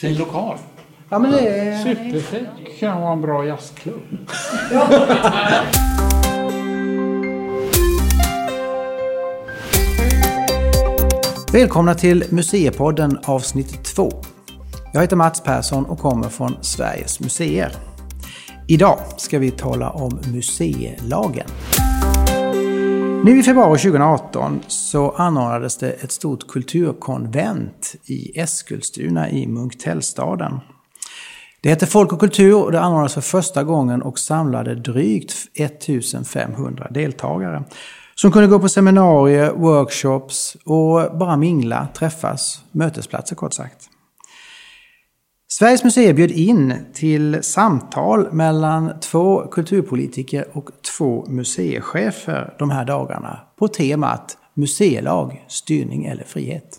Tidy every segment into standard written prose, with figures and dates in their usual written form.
Fin lokal. Ja, men det är... Superfint. Kan vara en bra jazzklubb. Välkomna till Museipodden avsnitt 2. Jag heter Mats Persson och kommer från Sveriges museer. Idag ska vi tala om museilagen. Nu i februari 2018 så anordnades det ett stort kulturkonvent i Eskilstuna i Munktellstaden. Det heter Folk och kultur och det anordnades för första gången och samlade drygt 1500 deltagare som kunde gå på seminarier, workshops och bara mingla, träffas, mötesplatser kort sagt. Sveriges museer bjöd in till samtal mellan 2 kulturpolitiker och 2 museichefer de här dagarna på temat museilag, styrning eller frihet.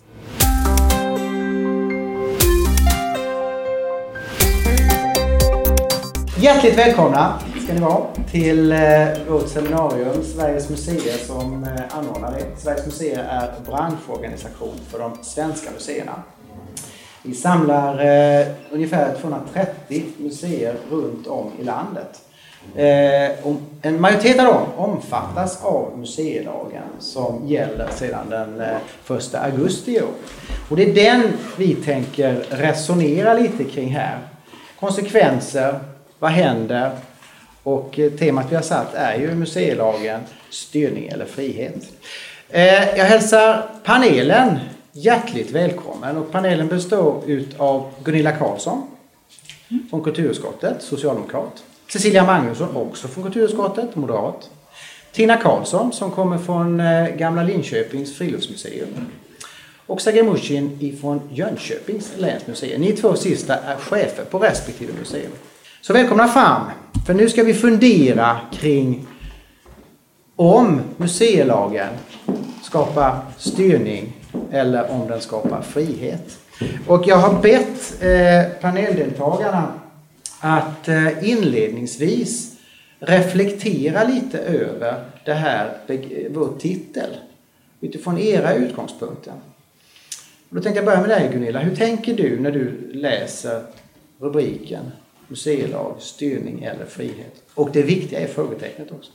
Hjärtligt välkomna ska ni vara till vårt seminarium Sveriges museer som anordnar det. Sveriges museer är branschorganisation för de svenska museerna. Vi samlar ungefär 230 museer runt om i landet. En majoritet av dem omfattas av museilagen som gäller sedan den 1 augusti i år. Och det är den vi tänker resonera lite kring här. Konsekvenser, vad händer? Och temat vi har satt är ju museilagen, styrning eller frihet. Jag hälsar panelen hjärtligt välkommen och panelen består av Gunilla Karlsson från kulturutskottet, socialdemokrat. Cecilia Magnusson också från kulturutskottet, moderat. Tina Karlsson som kommer från Gamla Linköpings friluftsmuseum. Och Sergej Mushin från Jönköpings länsmuseum. Ni 2 sista är chefer på respektive museum. Så välkomna fram, för nu ska vi fundera kring om museilagen skapar styrning eller om den skapar frihet. Och jag har bett paneldeltagarna att inledningsvis reflektera lite över det här, vår titel, utifrån era utgångspunkter. Och då tänkte jag börja med dig Gunilla. Hur tänker du när du läser rubriken museilag, styrning eller frihet? Och det viktiga är frågetecknet också.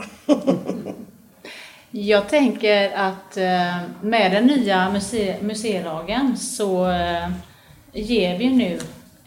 Jag tänker att med den nya museilagen så ger vi nu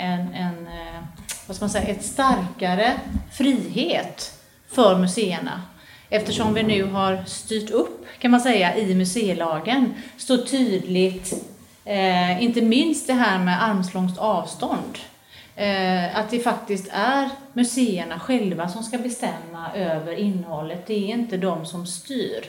ett starkare frihet för museerna. Eftersom vi nu har styrt upp, kan man säga, i museilagen så tydligt, inte minst det här med armslångt avstånd. Att det faktiskt är museerna själva som ska bestämma över innehållet. Det är inte de som styr.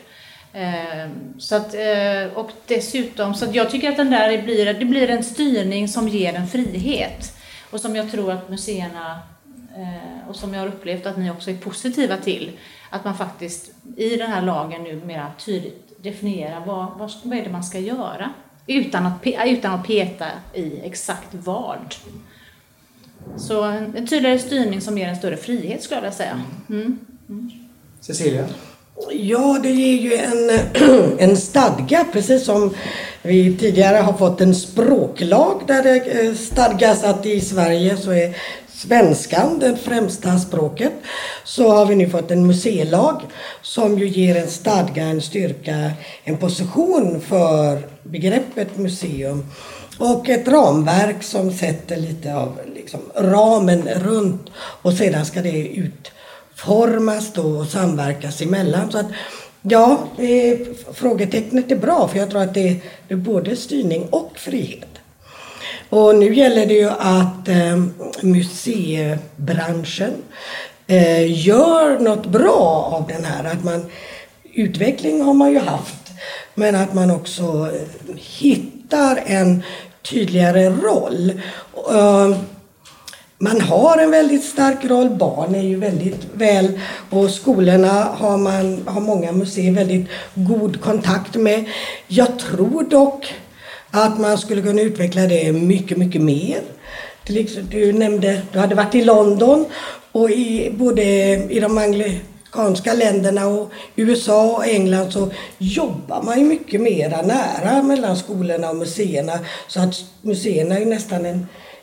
Och dessutom, så att jag tycker att det blir en styrning som ger en frihet. Och som jag tror att museerna, och som jag har upplevt att ni också är positiva till, att man faktiskt i den här lagen nu mer tydligt definierar vad är det man ska göra. Utan att peta i exakt vad. Så en tydligare styrning som ger en större frihet skulle jag vilja säga. Cecilia? Ja, det ger ju en stadga, precis som vi tidigare har fått en språklag där det stadgas att i Sverige så är svenskan det främsta språket. Så har vi nu fått en museilag som ju ger en stadga, en styrka, en position för begreppet museum. Och ett ramverk som sätter lite av ramen runt och sedan ska det utformas då och samverkas emellan. Så att ja, frågetecknet är bra för jag tror att det är både styrning och frihet. Och nu gäller det ju att museibranschen gör något bra av den här. Utveckling har man ju haft, men att man också hittar en tydligare roll. Man har en väldigt stark roll, barn är ju väldigt väl, och skolorna har många museer väldigt god kontakt med. Jag tror dock att man skulle kunna utveckla det mycket, mycket mer. Till exempel, du nämnde, du hade varit i London och både i de amerikanska länderna och USA och England så jobbar man ju mycket mer nära mellan skolorna och museerna. Så att museerna är nästan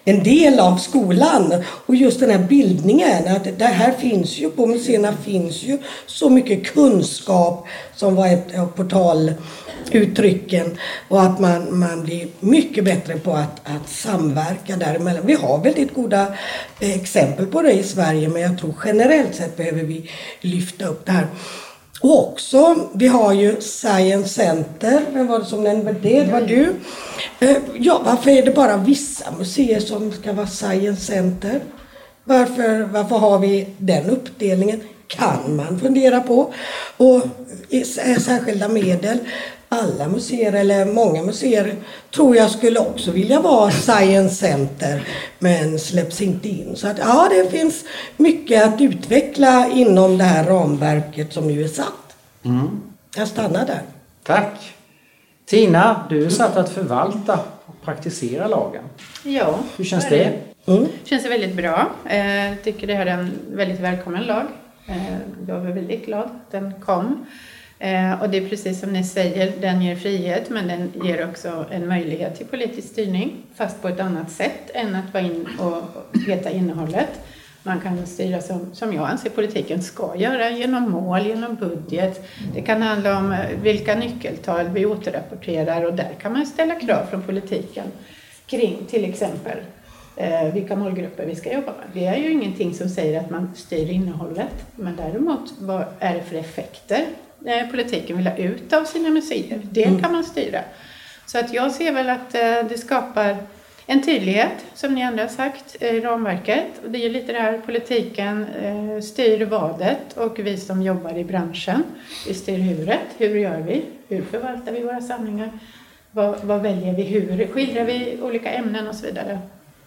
en del av skolan. Och just den här bildningen, att det här finns ju, på museerna finns ju så mycket kunskap som var ett av portaluttrycken, och att man blir mycket bättre på att samverka däremellan. Vi har väldigt goda exempel på det i Sverige, men jag tror generellt sett behöver vi lyfta upp det här. Och också, vi har ju Science Center. Vem var det som nämnde det? Det var du. Ja, varför är det bara vissa museer som ska vara Science Center? Varför har vi den uppdelningen? Kan man fundera på. Och särskilda medel. Alla museer, eller många museer, tror jag skulle också vilja vara Science Center, men släpps inte in. Så att ja, det finns mycket att utveckla inom det här ramverket som nu är satt. Jag stannar där. Tack. Tina, du är satt att förvalta och praktisera lagen. Ja. Hur känns det? Känns väldigt bra. Jag tycker det här är en väldigt välkommen lag. Jag var väldigt glad att den kom. Och det är precis som ni säger, den ger frihet, men den ger också en möjlighet till politisk styrning, fast på ett annat sätt än att vara in och veta innehållet. Man kan styra som jag anser politiken ska göra, genom mål, genom budget. Det kan handla om vilka nyckeltal vi återrapporterar, och där kan man ställa krav från politiken kring till exempel vilka målgrupper vi ska jobba med. Det är ju ingenting som säger att man styr innehållet, men däremot vad är det för effekter politiken vill ha ut av sina museer. Det kan man styra. Så att jag ser väl att det skapar en tydlighet, som ni andra har sagt, i ramverket. Och det är ju lite det här, politiken styr vadet, och vi som jobbar i branschen, vi styr huret. Hur gör vi? Hur förvaltar vi våra samlingar? Vad väljer vi? Hur skildrar vi olika ämnen och så vidare?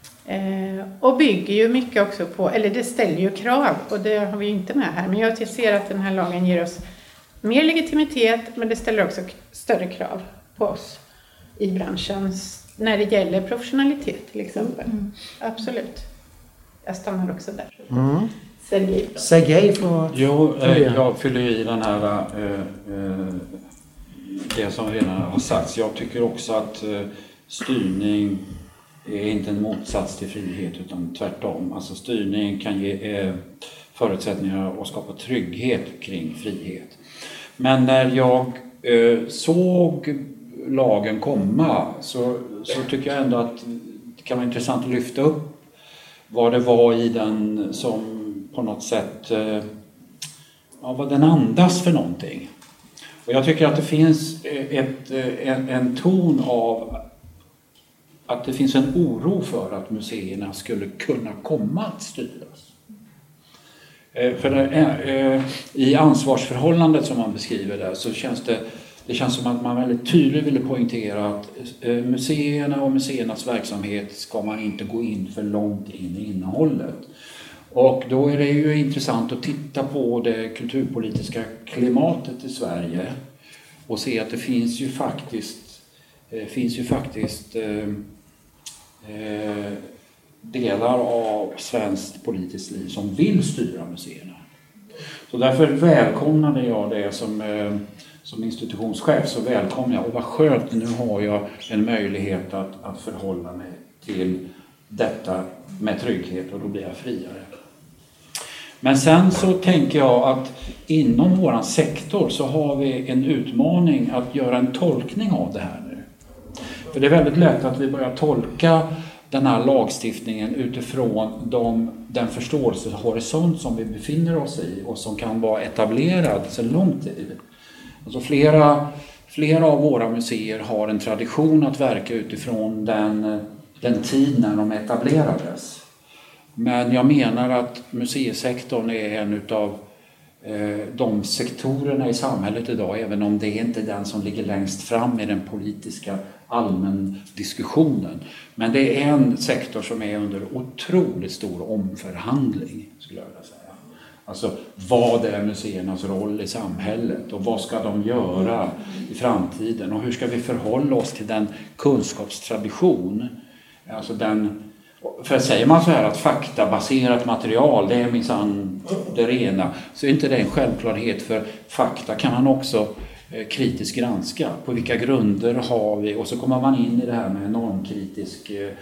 Och bygger ju mycket också på, eller det ställer ju krav, och det har vi ju inte med här. Men jag ser att den här lagen ger oss mer legitimitet, men det ställer också större krav på oss i branschen när det gäller professionalitet till exempel. Absolut. Jag stannar också där. Sergej får... Jo, jag fyller i den här det som redan har sagts. Jag tycker också att styrning är inte en motsats till frihet, utan tvärtom. Alltså styrning kan ge förutsättningar och skapa trygghet kring frihet. Men när jag såg lagen komma så tycker jag ändå att det kan vara intressant att lyfta upp vad det var i den som på något sätt, vad den andas för någonting. Och jag tycker att det finns en ton av att det finns en oro för att museerna skulle kunna komma att styras. För i ansvarsförhållandet som man beskriver där så känns det känns som att man väldigt tydligt ville poängtera att museerna och museernas verksamhet ska man inte gå in för långt in i innehållet. Och då är det ju intressant att titta på det kulturpolitiska klimatet i Sverige och se att det finns ju faktiskt delar av svenskt politiskt liv som vill styra museerna. Så därför välkomnade jag det som institutionschef, så välkomnar jag. Och vad skönt, nu har jag en möjlighet att förhålla mig till detta med trygghet, och då blir jag friare. Men sen så tänker jag att inom våran sektor så har vi en utmaning att göra en tolkning av det här nu. För det är väldigt lätt att vi börjar tolka den här lagstiftningen utifrån den förståelsehorisont som vi befinner oss i och som kan vara etablerad sedan lång tid. Alltså flera av våra museer har en tradition att verka utifrån den tid när de etablerades. Men jag menar att museisektorn är en av de sektorerna i samhället idag, även om det inte är den som ligger längst fram i den politiska allmän diskussionen. Men det är en sektor som är under otroligt stor omförhandling, skulle jag vilja säga. Alltså, vad är museernas roll i samhället och vad ska de göra i framtiden? Och hur ska vi förhålla oss till den kunskapstradition? Alltså för säger man så här att faktabaserat material, det är minsann det rena, så är inte det en självklarhet, för fakta kan man också kritiskt granska. På vilka grunder har vi? Och så kommer man in i det här med normkritisk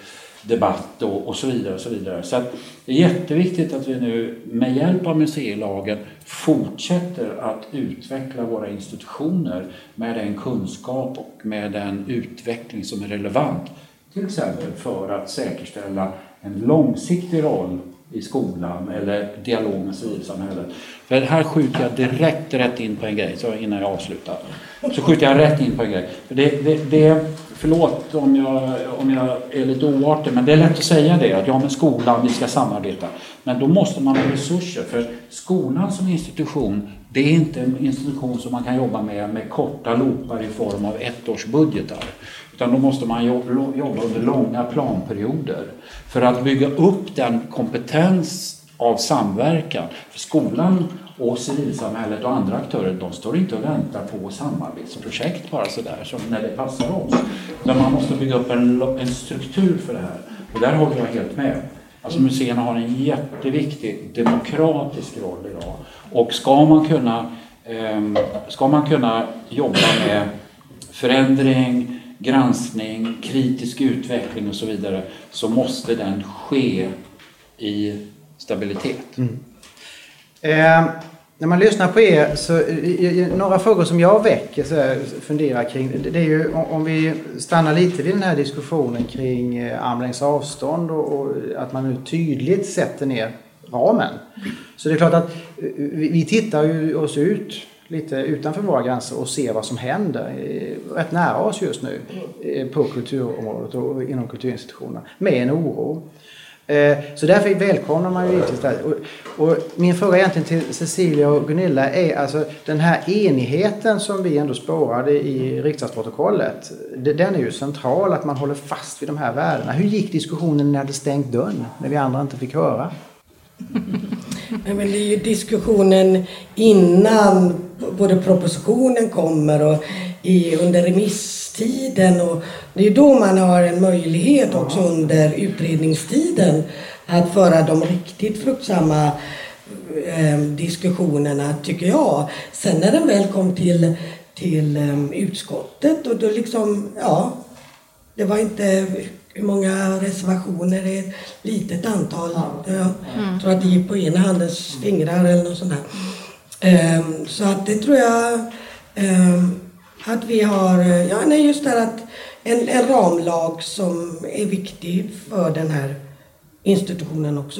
debatt och så vidare. Och så vidare. Så att det är jätteviktigt att vi nu med hjälp av museilagen fortsätter att utveckla våra institutioner med den kunskap och med den utveckling som är relevant. Till exempel för att säkerställa en långsiktig roll i skolan eller dialog med civilsamhället. För här skjuter jag direkt rätt in på en grej, så innan jag avslutar. Så skjuter jag rätt in på en grej. För förlåt om jag är lite oartig, men det är lätt att säga det. Att med skolan, vi ska samarbeta. Men då måste man ha resurser. För skolan som institution, det är inte en institution som man kan jobba med korta loopar i form av ettårsbudgetar. Utan då måste man jobba under långa planperioder för att bygga upp den kompetens av samverkan. För skolan och civilsamhället och andra aktörer, de står inte och väntar på samarbetsprojekt bara sådär som när det passar oss. Utan man måste bygga upp en struktur för det här. Och där håller jag helt med. Alltså museerna har en jätteviktig demokratisk roll idag. Och ska man kunna jobba med förändring, granskning, kritisk utveckling och så vidare, så måste den ske i stabilitet. När man lyssnar på er så några frågor som jag väcker funderar kring, det är ju om vi stannar lite vid den här diskussionen kring armlängds avstånd och att man nu tydligt sätter ner ramen. Så det är klart att vi tittar ju oss ut lite utanför våra gränser och ser vad som händer rätt nära oss just nu på kulturområdet och inom kulturinstitutionerna med en oro. Så därför välkomnar man ju givetvis det. Och min fråga egentligen till Cecilia och Gunilla är alltså den här enigheten som vi ändå spårade i riksdagsprotokollet. Den är ju central, att man håller fast vid de här värdena. Hur gick diskussionen när ni hade stängt dörren, när vi andra inte fick höra? Men det är ju diskussionen innan både propositionen kommer och under remisstiden, och det är då man har en möjlighet också under utredningstiden att föra de riktigt fruktsamma diskussionerna, tycker jag. Sen när den väl kom till utskottet, och då liksom, det var inte hur många reservationer, det är ett litet antal. Jag tror att det gick på ena handens fingrar eller något sånt där. Så att det tror jag att vi har, just det att en ramlag som är viktig för den här institutionen också.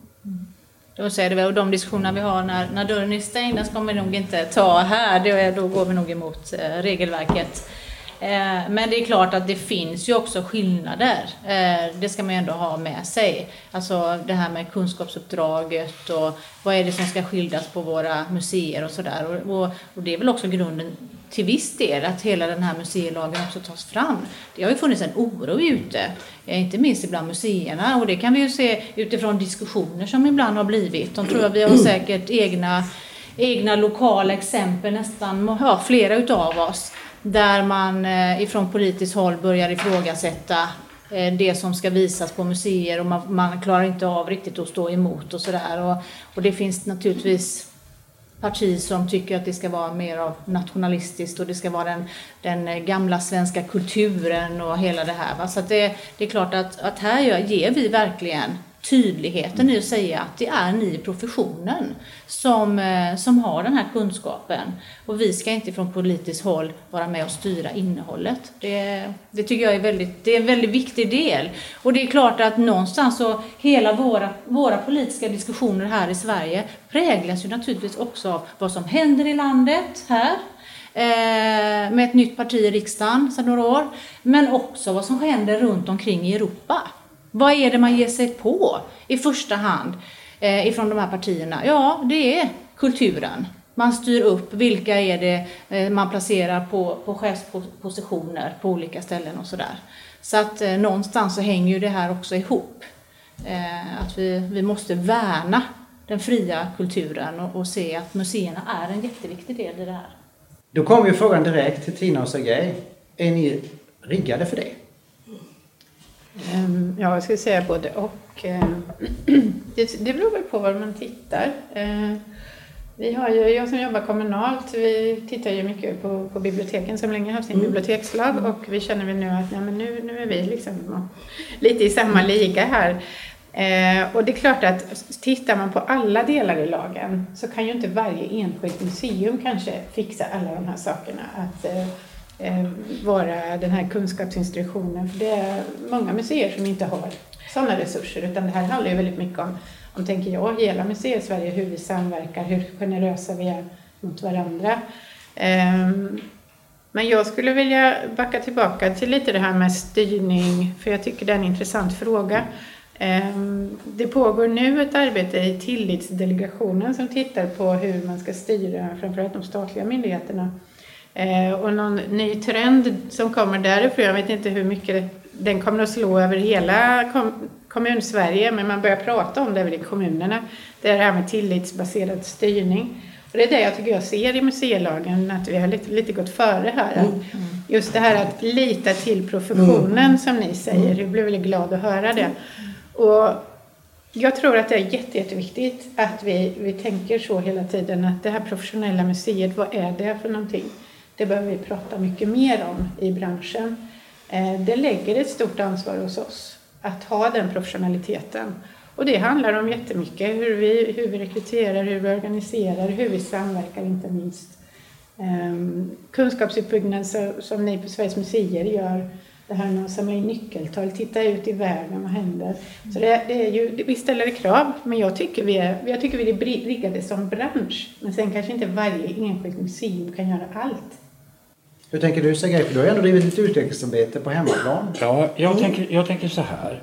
Då säger det väl, och de diskussioner vi har när dörren är stängd, den ska vi nog inte ta här, då går vi nog emot regelverket. Men det är klart att det finns ju också skillnader. Det ska man ju ändå ha med sig. Alltså det här med kunskapsuppdraget och vad är det som ska skiljas på våra museer och sådär. Och det är väl också grunden till viss del att hela den här museilagen också tas fram. Det har ju funnits en oro ute, inte minst ibland museerna, och det kan vi ju se utifrån diskussioner som ibland har blivit. De tror att vi har säkert egna lokala exempel, nästan flera utav oss, där man ifrån politiskt håll börjar ifrågasätta det som ska visas på museer, och man klarar inte av riktigt att stå emot och sådär. Och det finns naturligtvis parti som tycker att det ska vara mer av nationalistiskt och det ska vara den gamla svenska kulturen och hela det här. Va? Så att det är klart att här ger vi verkligen tydligheten i att säga att det är ni i professionen som har den här kunskapen, och vi ska inte från politiskt håll vara med och styra innehållet. Det tycker jag det är en väldigt viktig del, och det är klart att någonstans så hela våra politiska diskussioner här i Sverige präglas ju naturligtvis också av vad som händer i landet här med ett nytt parti i riksdagen sedan några år, men också vad som händer runt omkring i Europa. Vad är det man ger sig på i första hand ifrån de här partierna? Ja, det är kulturen. Man styr upp vilka är det man placerar på chefspositioner på olika ställen och sådär. Så att någonstans så hänger ju det här också ihop. Att vi måste värna den fria kulturen och se att museerna är en jätteviktig del i det här. Då kommer ju frågan direkt till Tina och Sergej. Är ni riggade för det? Jag skulle säga både och. Det beror väl på var man tittar. Vi har ju, jag som jobbar kommunalt, vi tittar ju mycket på biblioteken som länge har haft sin bibliotekslag och vi känner väl nu att nu är vi liksom lite i samma liga här. Och det är klart att tittar man på alla delar i lagen så kan ju inte varje enskilt museum kanske fixa alla de här sakerna. Att vara den här kunskapsinstitutionen, för det är många museer som inte har sådana resurser, utan det här handlar ju väldigt mycket om tänker jag, hela museer i Sverige, hur vi samverkar, hur generösa vi är mot varandra. Men jag skulle vilja backa tillbaka till lite det här med styrning, för jag tycker det är en intressant fråga. Det pågår nu ett arbete i tillitsdelegationen som tittar på hur man ska styra framförallt de statliga myndigheterna. Och någon ny trend som kommer därifrån, jag vet inte hur mycket den kommer att slå över hela kommun-Sverige, men man börjar prata om det väl i kommunerna. Det är det här med tillitsbaserad styrning. Och det är det jag tycker jag ser i museilagen, att vi har lite gått före här. Just det här att lita till professionen som ni säger, jag blev väldigt glad att höra det. Och jag tror att det är jätteviktigt att vi tänker så hela tiden, att det här professionella museet, vad är det för någonting? Det behöver vi prata mycket mer om i branschen. Det lägger ett stort ansvar hos oss att ha den professionaliteten. Och det handlar om jättemycket, hur vi rekryterar, hur vi organiserar, hur vi samverkar inte minst. Kunskapsuppbyggnad som ni på Sveriges museer gör, det här med att samla in nyckeltal, titta ut i världen, vad händer. Så det är ju, vi ställer krav, men jag tycker vi är riggade som bransch. Men sen kanske inte varje enskilt museum kan göra allt. Hur tänker du, Sergej? För du har ändå drivit ett utvecklingsarbete på hemmaplan. Ja, jag tänker så här.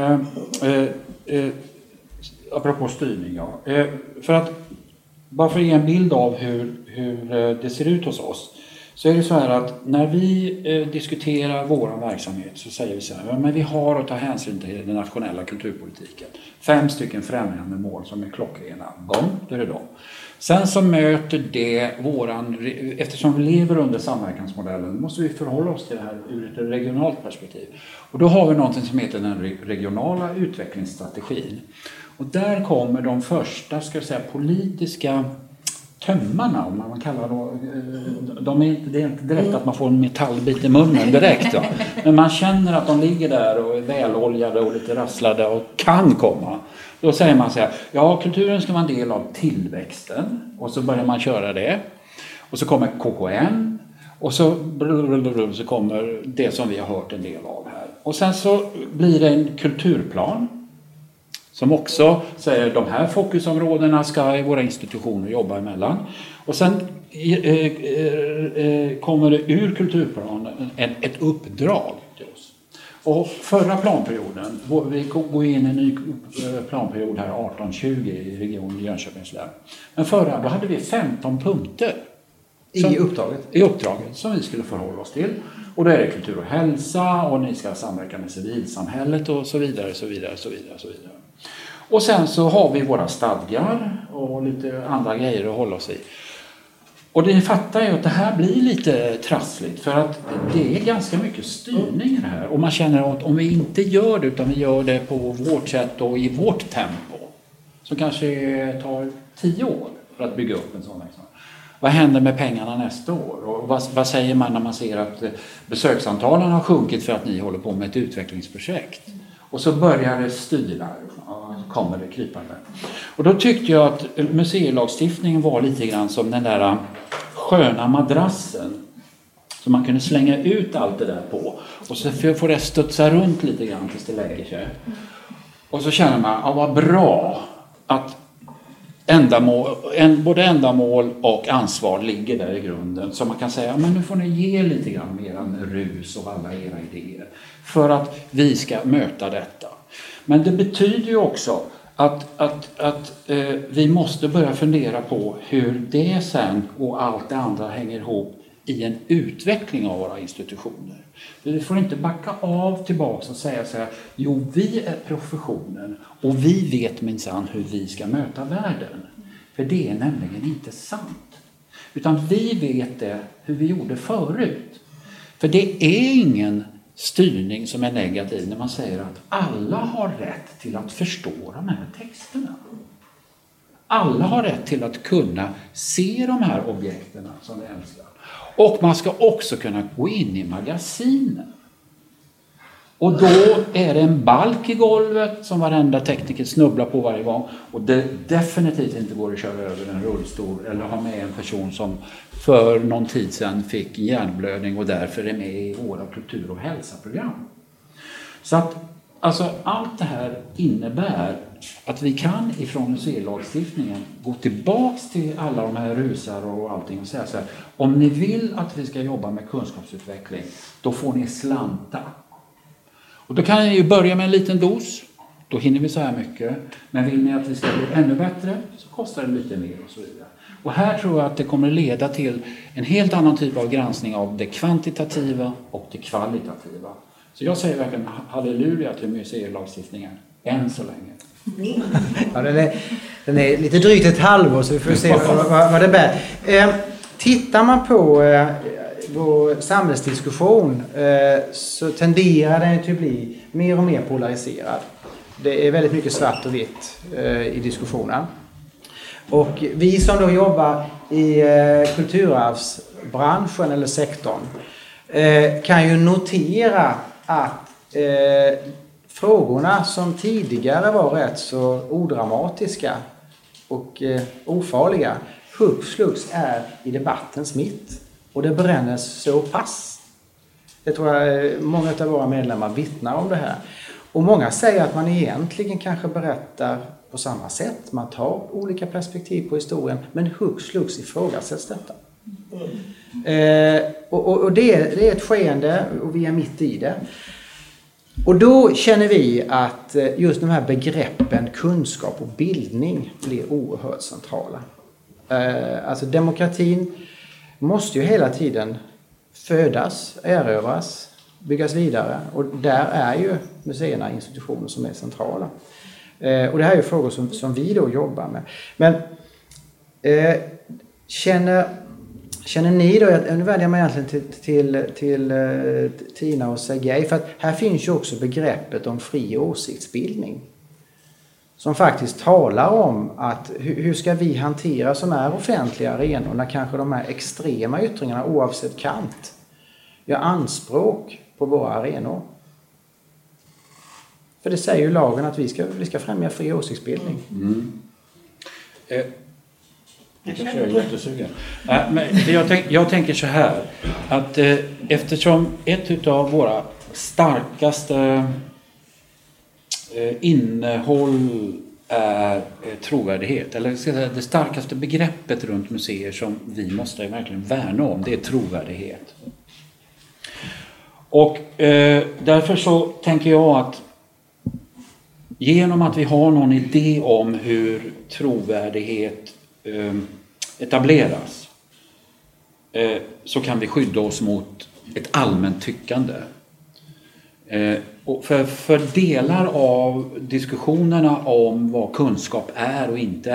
Apropå styrning, ja. För att bara för att ge en bild av hur det ser ut hos oss, så är det så här att när vi diskuterar vår verksamhet så säger vi så här, men vi har att ta hänsyn till den nationella kulturpolitiken. 5 stycken främjande mål som är klockrena. Då är det dem. Sen så möter det eftersom vi lever under samverkansmodellen, måste vi förhålla oss till det här ur ett regionalt perspektiv. Och då har vi någonting som heter den regionala utvecklingsstrategin. Och där kommer de första, ska jag säga, politiska tömmarna, om man kallar det är inte direkt att man får en metallbit i munnen direkt. Ja. Men man känner att de ligger där och är väloljade och lite rasslade och kan komma. Då säger man så här, ja, kulturen ska vara en del av tillväxten, och så börjar man köra det. Och så kommer KKN och så kommer det som vi har hört en del av här. Och sen så blir det en kulturplan som också säger de här fokusområdena ska våra institutioner jobba emellan. Och sen kommer det ur kulturplanen ett uppdrag till oss. Och förra planperioden, vi går in i en ny planperiod här 18-20 i regionen Jönköpings län. Men förra, då hade vi 15 punkter. I uppdraget? I uppdraget som vi skulle förhålla oss till. Och då är det kultur och hälsa, och ni ska samverka med civilsamhället och så vidare, så vidare, så vidare, så vidare. Och sen så har vi våra stadgar och lite andra grejer att hålla oss i. Och det fattar ju att det här blir lite trassligt, för att det är ganska mycket styrning i det här. Och man känner att om vi inte gör det, utan vi gör det på vårt sätt och i vårt tempo, så kanske det tar 10 år för att bygga upp en sån verksamhet. Vad händer med pengarna nästa år? Och vad säger man när man ser att besöksantalen har sjunkit för att ni håller på med ett utvecklingsprojekt? Och så börjar det styra, kommer det krypande. Och då tyckte jag att museilagstiftningen var lite grann som den där sköna madrassen som man kunde slänga ut allt det där på. Och så får det studsa runt lite grann tills det lägger sig. Och så känner man, ja, vad bra att både ändamål och ansvar ligger där i grunden. Så man kan säga, men nu får ni ge lite grann mer än rus och alla era idéer för att vi ska möta detta. Men det betyder ju också att vi måste börja fundera på hur det sen och allt det andra hänger ihop i en utveckling av våra institutioner. Vi får inte backa av tillbaka och säga så här, jo, vi är professionen och vi vet minsann hur vi ska möta världen. För det är nämligen inte sant. Utan vi vet det hur vi gjorde förut. För det är ingen styrning som är negativ när man säger att alla har rätt till att förstå de här texterna. Alla har rätt till att kunna se de här objekten som vi älskar. Och man ska också kunna gå in i magasinen. Och då är det en balk i golvet som varenda tekniker snubblar på varje gång. Och det definitivt inte går att köra över en rullstol eller ha med en person som för någon tid sedan fick hjärnblödning och därför är med i våra kultur- och hälsoprogram. Så att alltså, allt det här innebär att vi kan ifrån museilagstiftningen gå tillbaks till alla de här rusar och allting och säga så här: om ni vill att vi ska jobba med kunskapsutveckling, då får ni slanta. Och då kan ni ju börja med en liten dos, då hinner vi så här mycket. Men vill ni att vi ska bli ännu bättre så kostar det lite mer och så vidare. Och här tror jag att det kommer leda till en helt annan typ av granskning av det kvantitativa och det kvalitativa. Så jag säger verkligen halleluja till museilagstiftningen, än så länge. Ja, den är lite drygt ett halvår så vi får se vad det bär. Tittar man på vår samhällsdiskussion så tenderar den till att bli mer och mer polariserad. Det är väldigt mycket svart och vitt i diskussionen. Och vi som då jobbar i kulturarvsbranschen eller sektorn kan ju notera att frågorna som tidigare var rätt så odramatiska och ofarliga hux flux är i debattens mitt. Och det brännes så pass. Det tror jag många av våra medlemmar vittnar om det här. Och många säger att man egentligen kanske berättar på samma sätt. Man tar olika perspektiv på historien, men hux flux ifrågasätts detta. Och det är ett skeende och vi är mitt i det. Och då känner vi att just de här begreppen kunskap och bildning blir oerhört centrala. Alltså demokratin måste ju hela tiden födas, erövras, byggas vidare. Och där är ju museerna institutioner som är centrala. Och det här är ju frågor som vi då jobbar med. Men känner ni då, nu vänder jag mig egentligen till Tina och Sergej, för att här finns ju också begreppet om fri åsiktsbildning. Som faktiskt talar om att hur ska vi hantera som är offentliga arenor när kanske de här extrema yttringarna oavsett kant gör anspråk på våra arenor. För det säger ju lagen att vi ska främja fri åsiktsbildning. Kanske jag är jättesugen. Men jag tänker så här, att eftersom ett av våra starkaste innehåll är trovärdighet, eller ska jag säga, det starkaste begreppet runt museer som vi måste verkligen värna om, det är trovärdighet. Och därför så tänker jag att genom att vi har någon idé om hur trovärdighet etableras så kan vi skydda oss mot ett allmänt tyckande. Och för delar av diskussionerna om vad kunskap är och inte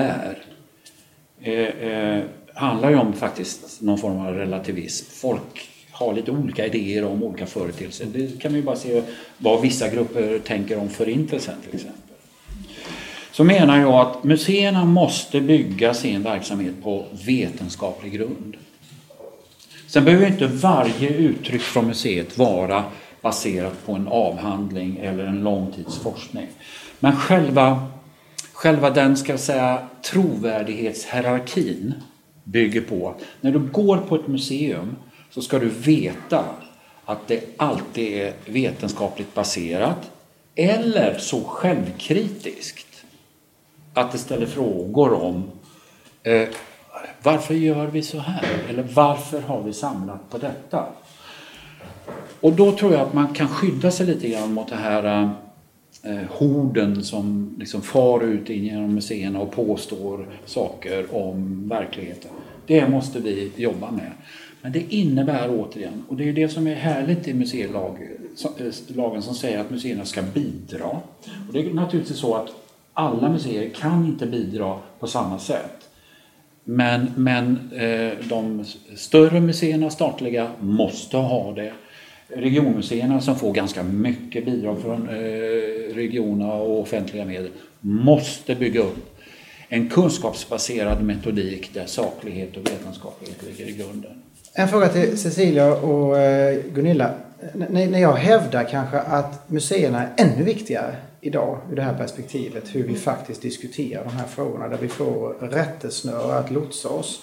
är handlar ju om faktiskt någon form av relativism. Folk har lite olika idéer om olika företeelser. Det kan vi bara se vad vissa grupper tänker om förintelsen till exempel. Så menar jag att museerna måste bygga sin verksamhet på vetenskaplig grund. Sen behöver inte varje uttryck från museet vara baserat på en avhandling eller en långtidsforskning. Men själva den, ska jag säga, trovärdighetshierarkin bygger på att när du går på ett museum så ska du veta att det alltid är vetenskapligt baserat eller så självkritiskt att det ställer frågor om varför gör vi så här? Eller varför har vi samlat på detta? Och då tror jag att man kan skydda sig lite grann mot det här horden som liksom far ut in genom museerna och påstår saker om verkligheten. Det måste vi jobba med. Men det innebär återigen, och det är det som är härligt i museilagen som säger att museerna ska bidra. Och det är naturligtvis så att alla museer kan inte bidra på samma sätt. Men de större museerna, statliga, måste ha det. Regionmuseerna som får ganska mycket bidrag från regionerna och offentliga medel måste bygga upp en kunskapsbaserad metodik där saklighet och vetenskaplighet ligger i grunden. En fråga till Cecilia och Gunilla. När jag hävdar kanske att museerna är ännu viktigare idag ur det här perspektivet, hur vi faktiskt diskuterar de här frågorna, där vi får rättesnöre att lotsa oss.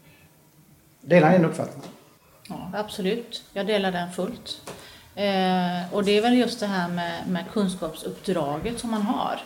Delar ni en uppfattning? Ja, absolut. Jag delar den fullt. Och det är väl just det här med kunskapsuppdraget som man har.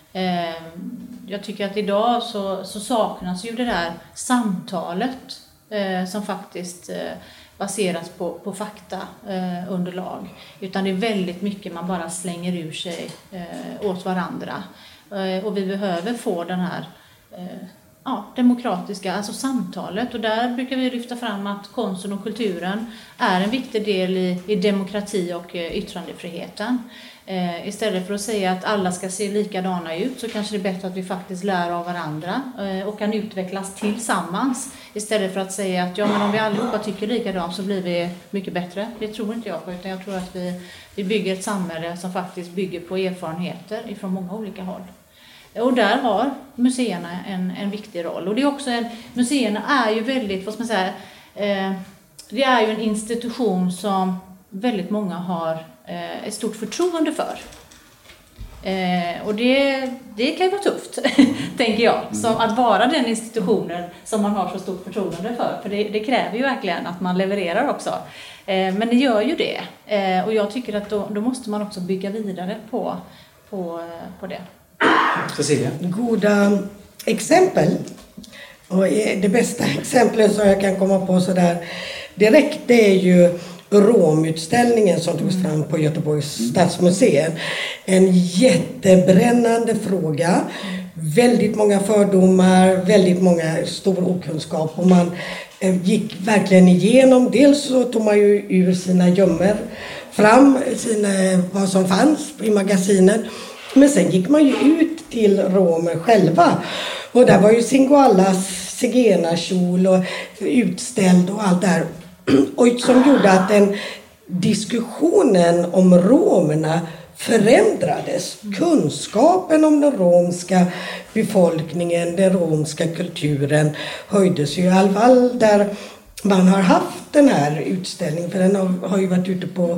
Jag tycker att idag så saknas ju det där samtalet som faktiskt baseras på faktaunderlag. Utan det är väldigt mycket man bara slänger ur sig åt varandra. Och vi behöver få den här demokratiska, alltså samtalet. Och där brukar vi lyfta fram att konsten och kulturen är en viktig del i demokrati och yttrandefriheten. Istället för att säga att alla ska se likadana ut, så kanske det är bättre att vi faktiskt lär av varandra och kan utvecklas tillsammans. Istället för att säga att men om vi allihopa tycker likadant så blir vi mycket bättre. Det tror inte jag på, utan jag tror att vi bygger ett samhälle som faktiskt bygger på erfarenheter ifrån många olika håll. Och där har museerna en viktig roll. Och det är också museerna är ju väldigt, vad ska man säga, det är ju en institution som väldigt många har ett stort förtroende för. Och det kan ju vara tufft, tänker jag. Som att vara den institutionen som man har så stort förtroende för det kräver ju verkligen att man levererar också. Men det gör ju det. Och jag tycker att då måste man också bygga vidare på det. Cecilia? Goda exempel. Och det bästa exemplet som jag kan komma på sådär direkt, det är ju romutställningen som togs fram på Göteborgs stadsmuseum. En jättebrännande fråga. Väldigt många fördomar, väldigt många stor okunskap. Och man gick verkligen igenom. Dels så tog man ju ur sina gömmor fram vad som fanns i magasinen. Men sen gick man ju ut till romer själva. Och där var ju Singoallas zigenarkjol och utställd och allt där. Och som gjorde att diskussionen om romerna förändrades. Kunskapen om den romska befolkningen, den romska kulturen höjdes ju i alla fall där man har haft den här utställningen, för den har ju varit ute på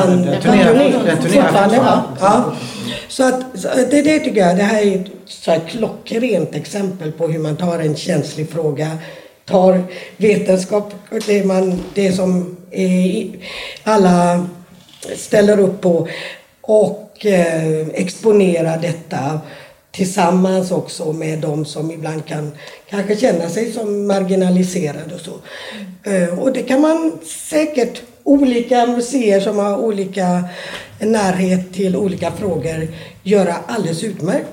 turnéer. Ja. Så att det tycker jag, det här är ett så här klockrent exempel på hur man tar en känslig fråga, tar vetenskap, det som alla ställer upp på, och exponerar detta tillsammans också med de som ibland kan kanske känna sig som marginaliserade och så. Och det kan man säkert, olika museer som har olika närhet till olika frågor, göra alldeles utmärkt.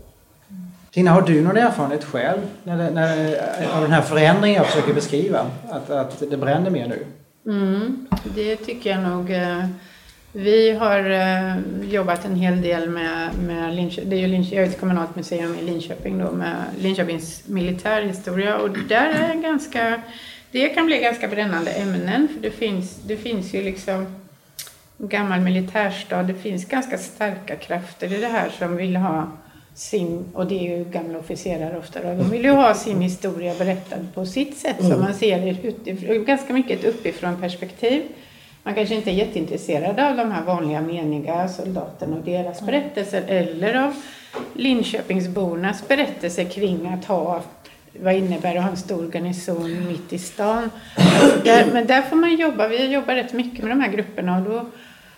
Tina, har du någon erfarenhet själv av den här förändringen jag försöker beskriva? Att det bränner mer nu? Det tycker jag nog. Vi har jobbat en hel del med Linköping. Det är ju jag är ett kommunalt museum i Linköping då, med Linköpings militärhistoria. Och där är det kan bli ganska brännande ämnen. För det finns ju liksom gammal militärstad. Det finns ganska starka krafter i det här som vill ha och det är ju gamla officerare ofta då, de vill ju ha sin historia berättad på sitt sätt, så man ser det ganska mycket ett uppifrån perspektiv. Man kanske inte är jätteintresserad av de här vanliga meniga soldaterna och deras berättelser, eller av Linköpingsbornas berättelser kring att vad innebär att ha en stor garnison mitt i stan. Men där får man jobba, vi jobbar rätt mycket med de här grupperna, och då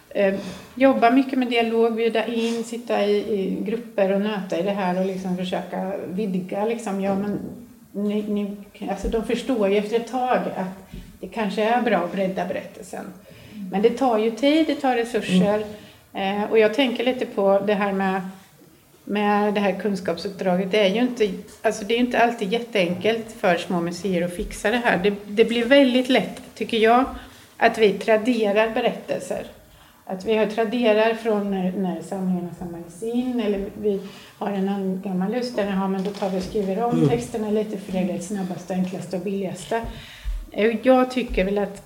jobba mycket med dialog, bjuda in, sitta i grupper och nöta i det här och liksom försöka vidga liksom, alltså de förstår ju efter ett tag att det kanske är bra att bredda berättelsen. Men det tar ju tid, det tar resurser. Och jag tänker lite på det här med det här kunskapsuppdraget. Det är ju inte alltid jätteenkelt för små museer att fixa det här. Det blir väldigt lätt, tycker jag, att vi traderar berättelser. Att vi traderar från när samlingarna samlas in, eller vi har en gammal lust där, men då tar vi och skriver om texterna lite, för det är det snabbaste, enklaste och billigaste. Jag tycker väl att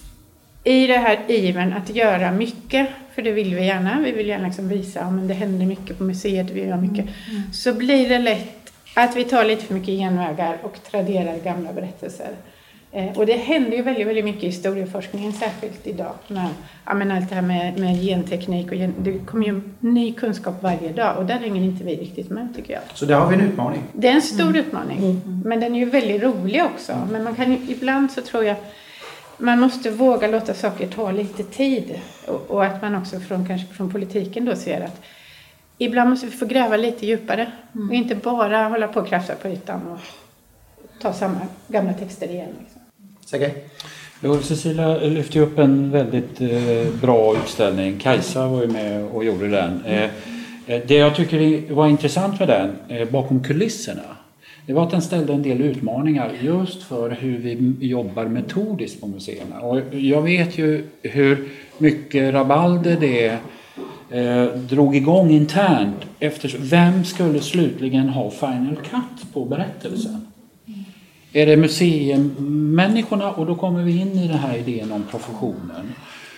i det här ivern att göra mycket, för det vill vi gärna. Vi vill gärna liksom visa att det händer mycket på museet, vi gör mycket. Så blir det lätt Att vi tar lite för mycket genvägar och traderar gamla berättelser. Och det händer ju väldigt, väldigt mycket i historieforskningen, särskilt idag. Men allt det här med genteknik, och det kommer ju ny kunskap varje dag, och där hänger inte vi riktigt med, tycker jag. Så där har vi en utmaning. Det är en stor utmaning, men den är ju väldigt rolig också. Men man kan ju, ibland så tror jag man måste våga låta saker ta lite tid. Och att man också kanske från politiken då ser att ibland måste vi få gräva lite djupare. Och inte bara hålla på och krafsa på ytan och ta samma gamla texter igen. Liksom. Sergej? Cecilia lyfte upp en väldigt bra utställning. Kajsa var ju med och gjorde den. Det jag tycker var intressant med den, bakom kulisserna, det var att den ställde en del utmaningar just för hur vi jobbar metodiskt på museerna. Och jag vet ju hur mycket rabalder det drog igång internt. Vem skulle slutligen ha final cut på berättelsen? Är det museimänniskorna? Och då kommer vi in i den här idén om professionen.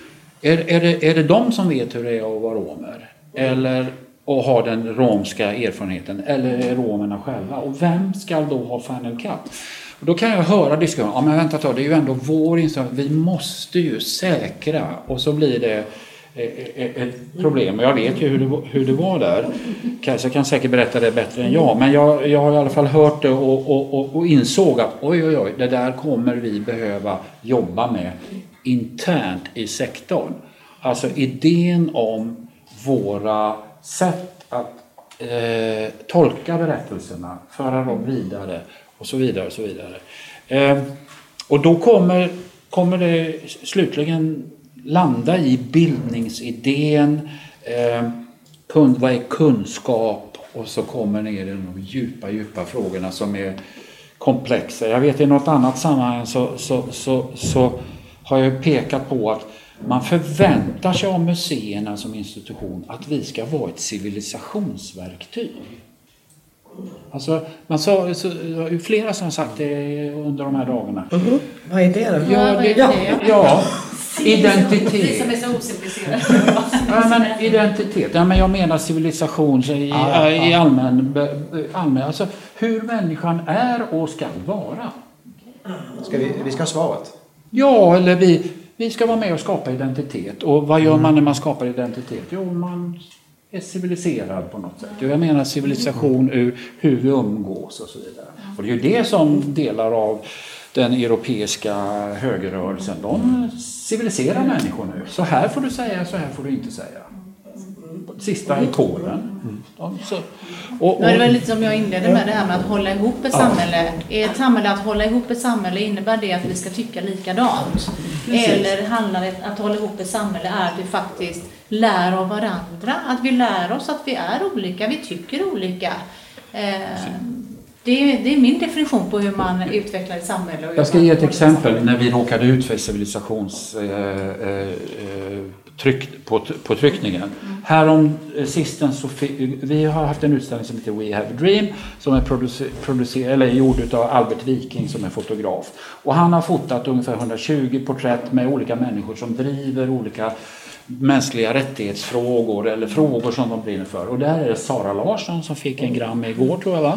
Är det de som vet hur det är att vara romer? Eller och har den romska erfarenheten? Eller är romerna själva? Och vem ska då ha final cut? Och då kan jag höra diskussionen. Ja, men vänta, det är ju ändå vår inställning. Vi måste ju säkra. Och så blir det ett problem. Och jag vet ju hur det var där. Kajsa kan säkert berätta det bättre än jag. Men jag har i alla fall hört det och insåg att oj, det där kommer vi behöva jobba med internt i sektorn. Alltså idén om våra sätt att tolka berättelserna, föra dem vidare och så vidare och så vidare. Och då kommer det slutligen landa i bildningsidén, vad är kunskap, och så kommer ner i de djupa frågorna som är komplexa. Jag vet i något annat sammanhang så har jag pekat på att man förväntar sig av museerna som institution att vi ska vara ett civilisationsverktyg. Alltså, man sa, det är flera som har sagt det under de här dagarna. Vad är det då? Ja, identitet. Vi som är så ociviliserade. Men identitet. Ja, men jag menar civilisation i allmän. Alltså hur människan är och ska vara. Vi ska ha svaret. Ja, eller vi ska vara med och skapa identitet. Och vad gör man när man skapar identitet? Jo, man är civiliserad på något sätt. Jag menar civilisation ur hur vi umgås och så vidare. Och det är ju det som delar av den europeiska högerrörelsen. De civiliserar människor nu. Så här får du säga, så här får du inte säga. Sista i Polen. Det är väl lite som jag inledde med det här med att hålla ihop ett samhälle. Är ett samhälle att hålla ihop ett samhälle, innebär det att vi ska tycka likadant? Eller handlar det att hålla ihop ett samhälle är att vi faktiskt lär av varandra? Att vi lär oss att vi är olika, vi tycker olika. Det är min definition på hur man utvecklar ett samhälle. Och jag ska ge ett exempel när vi råkade ut för på tryckningen. Härom sistens vi har haft en utställning som heter We Have a Dream som är gjord av Albert Viking som är fotograf. Och han har fotat ungefär 120 porträtt med olika människor som driver olika mänskliga rättighetsfrågor eller frågor som de brinner för. Och där är det Sara Larsson som fick en Grammy igår, tror jag, va?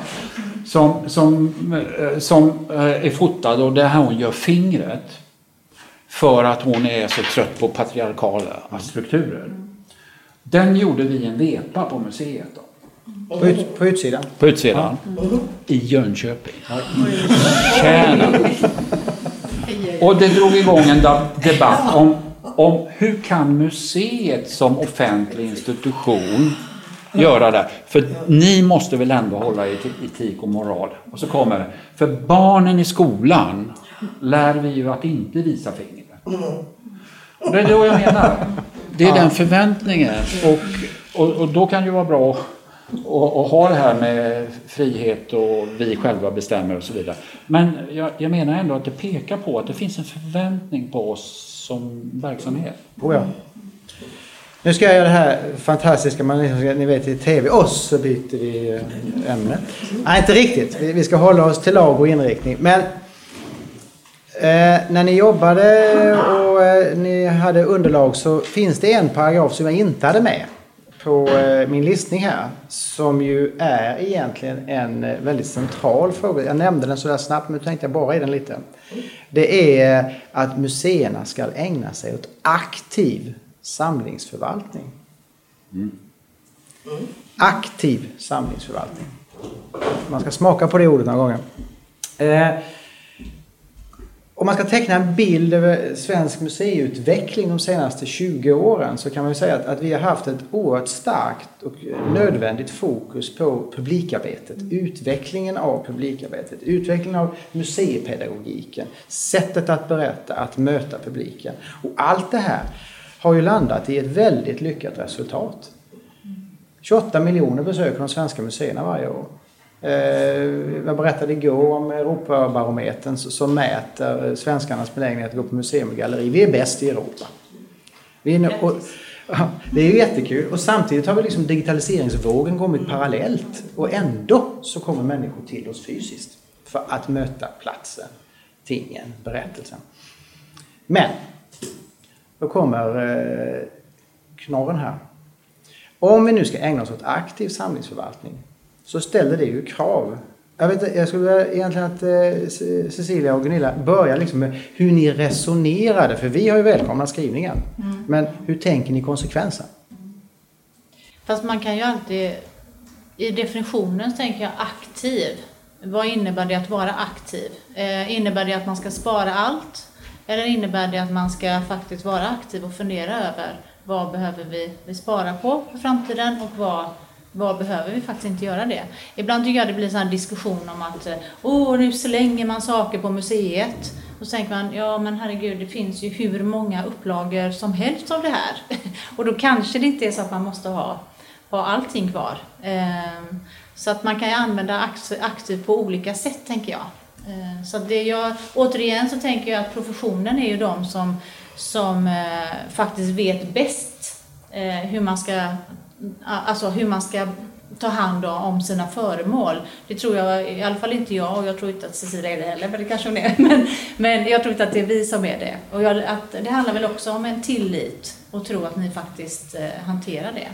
Som är fotad, och där hon gör fingret för att hon är så trött på patriarkala strukturer. Den gjorde vi en vepa på museet då. På utsidan? På utsidan. I Jönköping. Tjäna. Och det drog igång en debatt om hur kan museet som offentlig institution göra det. För ni måste väl ändå hålla i etik och moral. Och så kommer det. För barnen i skolan lär vi ju att inte visa fingret. Och det är då jag menar. Det är den förväntningen. Och då kan det ju vara bra att ha det här med frihet och vi själva bestämmer och så vidare. Men jag menar ändå att det pekar på att det finns en förväntning på oss som verksamhet. Ja. Nu ska jag göra det här fantastiska, ni vet i tv, så byter vi ämne. Nej, inte riktigt. Vi ska hålla oss till lag och inriktning. Men när ni jobbade och ni hade underlag så finns det en paragraf som jag inte hade med. på min listning här, som ju är egentligen en väldigt central fråga. Jag nämnde den så där snabbt, men nu tänkte jag bara i den lite. Det är att museerna ska ägna sig åt aktiv samlingsförvaltning. Aktiv samlingsförvaltning. Man ska smaka på det ordet några gånger. Om man ska teckna en bild över svensk museiutveckling de senaste 20 åren, så kan man ju säga att vi har haft ett oerhört starkt och nödvändigt fokus på publikarbetet. Utvecklingen av publikarbetet, utvecklingen av museipedagogiken, sättet att berätta, att möta publiken. Och allt det här har ju landat i ett väldigt lyckat resultat. 28 miljoner besöker de svenska museerna varje år. Jag berättade igår om Europabarometern som mäter svenskarnas benägenhet att gå på museum och galleri. Vi är bäst i Europa. Det är ju jättekul. Och samtidigt har vi liksom digitaliseringsvågen kommit parallellt. Och ändå så kommer människor till oss fysiskt för att möta platsen, tingen, berättelsen. Men då kommer knorren här. Om vi nu ska ägna oss åt aktiv samlingsförvaltning, så ställer det ju krav. Jag skulle egentligen att Cecilia och Gunilla börjar liksom med hur ni resonerade. För vi har ju välkomnat skrivningen. Men hur tänker ni konsekvensen? Fast man kan ju alltid, i definitionen tänker jag aktiv. Vad innebär det att vara aktiv? Innebär det att man ska spara allt? Eller innebär det att man ska faktiskt vara aktiv och fundera över vad behöver vi spara på för framtiden och vad behöver vi faktiskt inte göra det? Ibland tycker jag det blir en sån här diskussion om att nu slänger man saker på museet. Och så tänker man, ja men herregud, det finns ju hur många upplagor som helst av det här. Och då kanske det inte är så att man måste ha allting kvar. Så att man kan ju använda aktivt på olika sätt, tänker jag. Så att återigen så tänker jag att professionen är ju de som faktiskt vet bäst hur man ska ta hand om sina föremål. Det tror jag i alla fall inte jag, och jag tror inte att Cecilia är det heller, men det kanske hon är. Men jag tror inte att det är vi som är det. Och det handlar väl också om en tillit och tro att ni faktiskt hanterar det.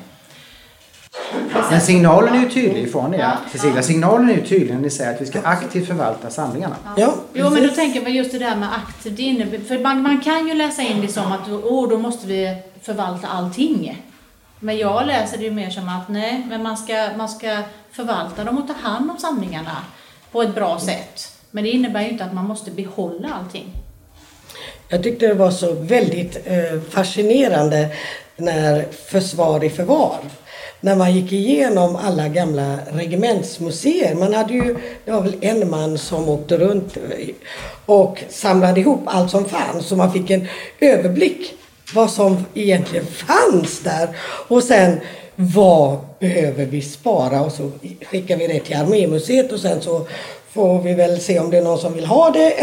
Men signalen är ju tydlig ifrån er. Cecilia, signalen är ju tydlig när ni säger att vi ska aktivt förvalta samlingarna. Ja, jo, men då tänker jag just det där med aktivt. För man kan ju läsa in det som att då måste vi förvalta allting. Men jag läser det ju mer som att nej, men man ska förvalta dem och ta hand om samlingarna på ett bra sätt. Men det innebär ju inte att man måste behålla allting. Jag tyckte det var så väldigt fascinerande när Försvar i förvar. När man gick igenom alla gamla regementsmuseer. Det var väl en man som åkte runt och samlade ihop allt som fanns. Så man fick en överblick vad som egentligen fanns där. Och sen, vad behöver vi spara? Och så skickar vi det till Armémuseet och sen så får vi väl se om det är någon som vill ha det.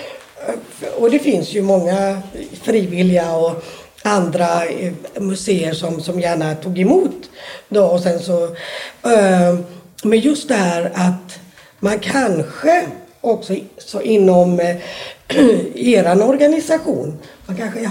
Och det finns ju många frivilliga och andra museer som gärna tog emot då. Och sen så, men just det här att man kanske också så inom eran organisation, man kanske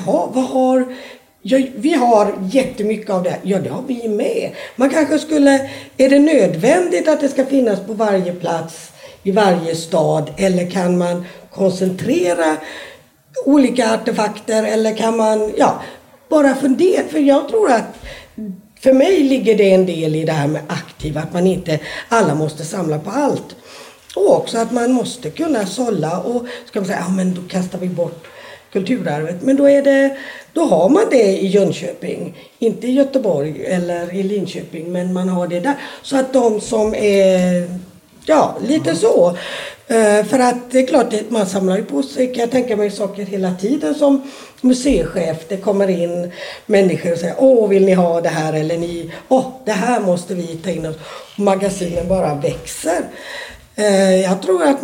vi har jättemycket av det. Ja, det har vi med. Man kanske är det nödvändigt att det ska finnas på varje plats i varje stad, eller kan man koncentrera olika artefakter, eller kan man bara fundera? För jag tror att för mig ligger det en del i det här med aktiv, att man inte alla måste samla på allt. Och också att man måste kunna sålla och ska man säga, men då kastar vi bort kulturarvet. Men då har man det i Jönköping, inte i Göteborg eller i Linköping, men man har det där. Så att de som är, lite så. För att det är klart att man samlar ju på sig, kan jag tänka mig, saker hela tiden som museichef. Det kommer in människor och säger, vill ni ha det här? Eller det här måste vi ta in oss. Magasinen bara växer. Jag tror att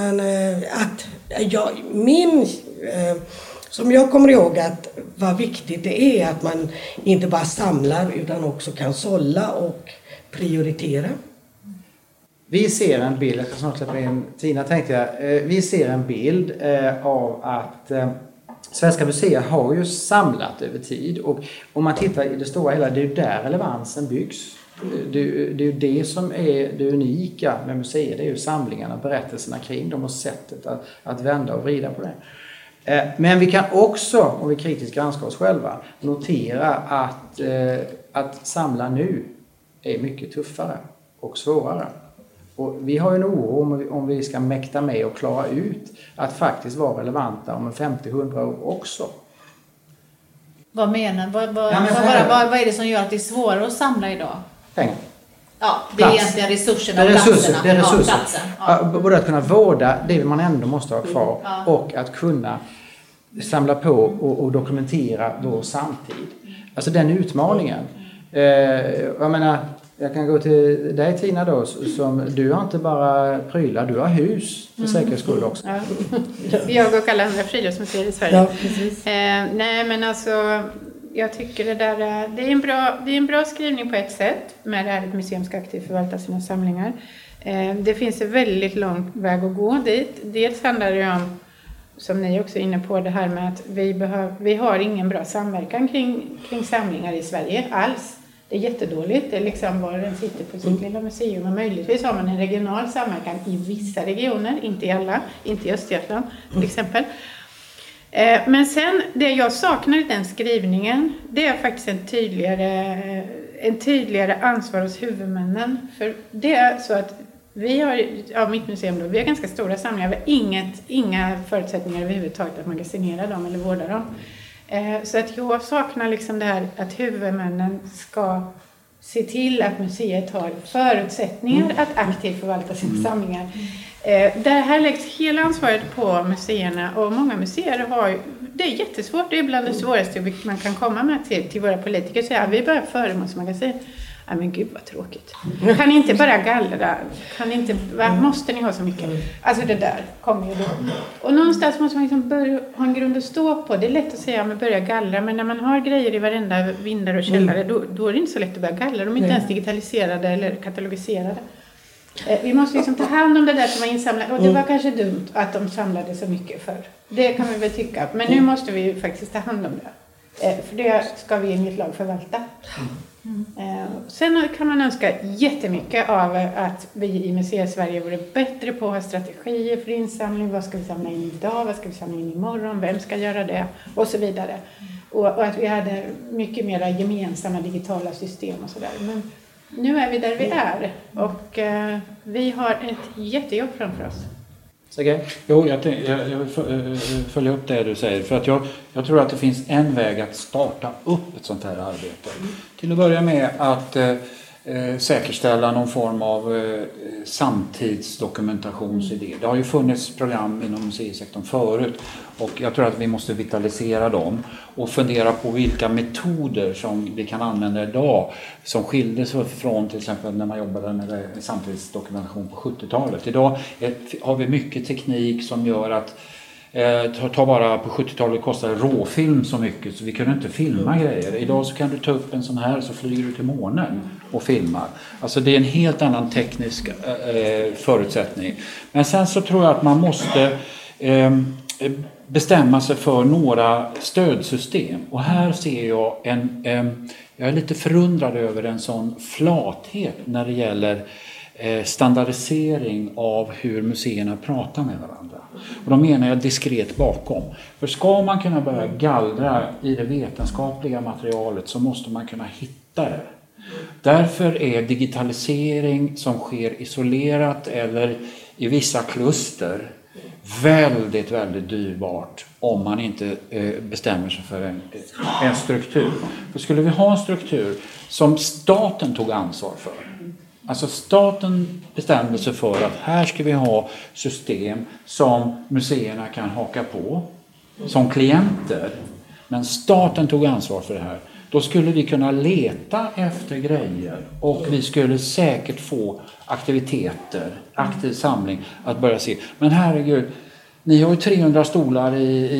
som jag kommer ihåg att vad viktigt det är att man inte bara samlar utan också kan sålla och prioritera. Vi ser en bild, jag ska snart släppa in Tina, tänkte jag. Vi ser en bild av att Svenska museer har ju samlat över tid, och om man tittar i det stora hela, det är ju där relevansen byggs. Det är ju det som är det unika med museer, det är ju samlingarna, berättelserna kring dem och sättet att vända och vrida på det. Men vi kan också, om vi kritiskt granskar oss själva, notera att samla nu är mycket tuffare och svårare. Och vi har ju en oro om vi ska mäkta med och klara ut att faktiskt vara relevanta om 50-100 år också. Vad menar du? Vad är det som gör att det är svårare att samla idag? Pengar. Ja, det är egentligen resurserna och platserna. Det är resurser. Ja. Både att kunna vårda det man ändå måste ha kvar och att kunna samla på och dokumentera vår samtid. Alltså den utmaningen. Jag menar, jag kan gå till dig Tina då, som du har inte bara prylar, du har hus för säkerhets skull också. Ja. Jag och alla andra friluftsmuseer i Sverige. Ja, precis. Nej, men alltså jag tycker det är en bra skrivning på ett sätt, med det här att ett museum ska aktivt förvalta sina samlingar. Det finns en väldigt lång väg att gå dit. Dels handlar det om, som ni också är inne på, det här med att vi har ingen bra samverkan kring samlingar i Sverige alls. Det är jättedåligt. Det är liksom var den sitter på sitt lilla museum. Och möjligtvis har man en regional samverkan i vissa regioner, inte i alla, inte i Östergötland till exempel. Men sen, det jag saknar i den skrivningen, det är faktiskt en tydligare ansvar hos huvudmännen. För det är så att vi har, mitt museum då, vi har ganska stora samlingar, vi har inga förutsättningar överhuvudtaget att magasinera dem eller vårda dem. Så att jag saknar liksom det här att huvudmännen ska se till att museet har förutsättningar att aktivt förvalta sina samlingar. Det här läggs hela ansvaret på museerna, och många museer har, det är jättesvårt, det är bland det svåraste man kan komma med till våra politiker. Så vi börjar föremålsmagasin. Ja, men gud vad tråkigt. Kan ni inte bara gallra? Måste ni ha så mycket? Alltså det där kommer ju då. Och någonstans måste man liksom börja ha en grund att stå på. Det är lätt att säga att man börjar gallra, men när man har grejer i varenda vindar och källare, då är det inte så lätt att börja gallra. De är inte ens digitaliserade eller katalogiserade. Vi måste liksom ta hand om det där som var insamlat. Och det var kanske dumt att de samlade så mycket för. Det kan vi väl tycka. Men nu måste vi ju faktiskt ta hand om det. För det ska vi enligt lag förvalta. Sen kan man önska jättemycket av att vi i Museer Sverige vore bättre på att ha strategier för insamling. Vad ska vi samla in idag? Vad ska vi samla in imorgon? Vem ska göra det? Och så vidare. Och att vi hade mycket mer gemensamma digitala system och sådär. Men nu är vi där vi är. Och vi har ett jättejobb framför oss. Okay. Jo, jag följer upp det du säger. För att jag tror att det finns en väg att starta upp ett sånt här arbete. Till att börja med att säkerställa någon form av samtidsdokumentationsidé. Det har ju funnits program inom museisektorn förut, och jag tror att vi måste vitalisera dem och fundera på vilka metoder som vi kan använda idag som skiljer sig från till exempel när man jobbade med samtidsdokumentation på 70-talet. Idag har vi mycket teknik som gör att ta bara på 70-talet kostade råfilm så mycket så vi kunde inte filma grejer. Idag så kan du ta upp en sån här så flyger du till månen och filmar. Alltså det är en helt annan teknisk förutsättning. Men sen så tror jag att man måste bestämma sig för några stödsystem. Och här ser jag jag är lite förundrad över en sån flathet när det gäller standardisering av hur museerna pratar med varandra. Och då menar jag diskret bakom. För ska man kunna börja gallra i det vetenskapliga materialet så måste man kunna hitta det. Därför är digitalisering som sker isolerat eller i vissa kluster väldigt, väldigt dyrbart om man inte bestämmer sig för en struktur. För skulle vi ha en struktur som staten tog ansvar för, alltså staten bestämde sig för att här ska vi ha system som museerna kan haka på som klienter, men staten tog ansvar för det här. Då skulle vi kunna leta efter grejer och vi skulle säkert få aktiviteter, aktiv samling att börja se. Men herregud, ni har ju 300 stolar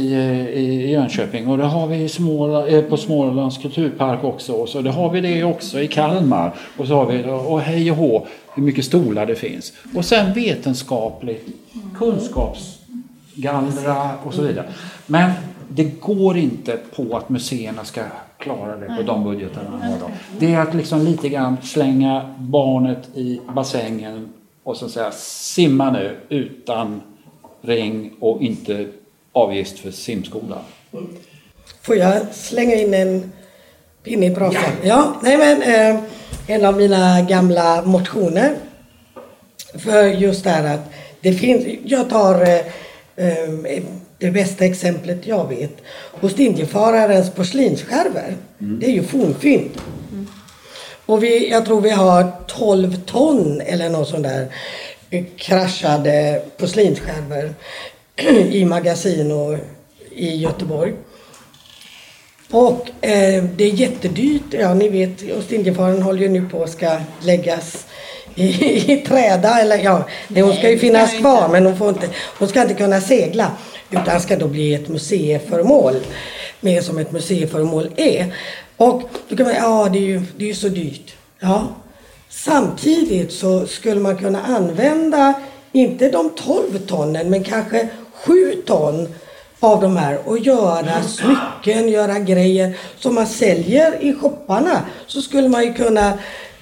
i Jönköping och det har vi på Smålands kulturpark också. Och så det har vi det också i Kalmar. Och så har vi, och hej och hå, hur mycket stolar det finns. Och sen vetenskapligt, kunskapsgallra och så vidare. Men det går inte på att museerna ska klara det på de budgetarna man har då. Det är att liksom lite grann slänga barnet i bassängen och så säga simma nu utan ring och inte avgift för simskola. Får jag slänga in en pinne i brasan? Ja, en av mina gamla motioner. För just det här att det finns, jag tar det bästa exemplet jag vet. Ostindiefararens porslinsskärvor. Det är ju fornfynd. Och jag tror vi har 12 ton eller något sånt där kraschade porslinsskärvor i magasin och i Göteborg. Och det är jättedyrt. Ja, ni vet, Ostindiefararen håller ju nu på att ska läggas i träda. Eller ja, hon ska ju finnas kvar, men hon ska inte kunna segla. Utan ska då bli ett museiföremål. Mer som ett museiföremål är. Och då kan man, det är ju så dyrt. Ja. Samtidigt så skulle man kunna använda inte de 12 tonnen, men kanske 7 ton av de här och göra smycken, göra grejer som man säljer i shopparna. Så skulle man ju kunna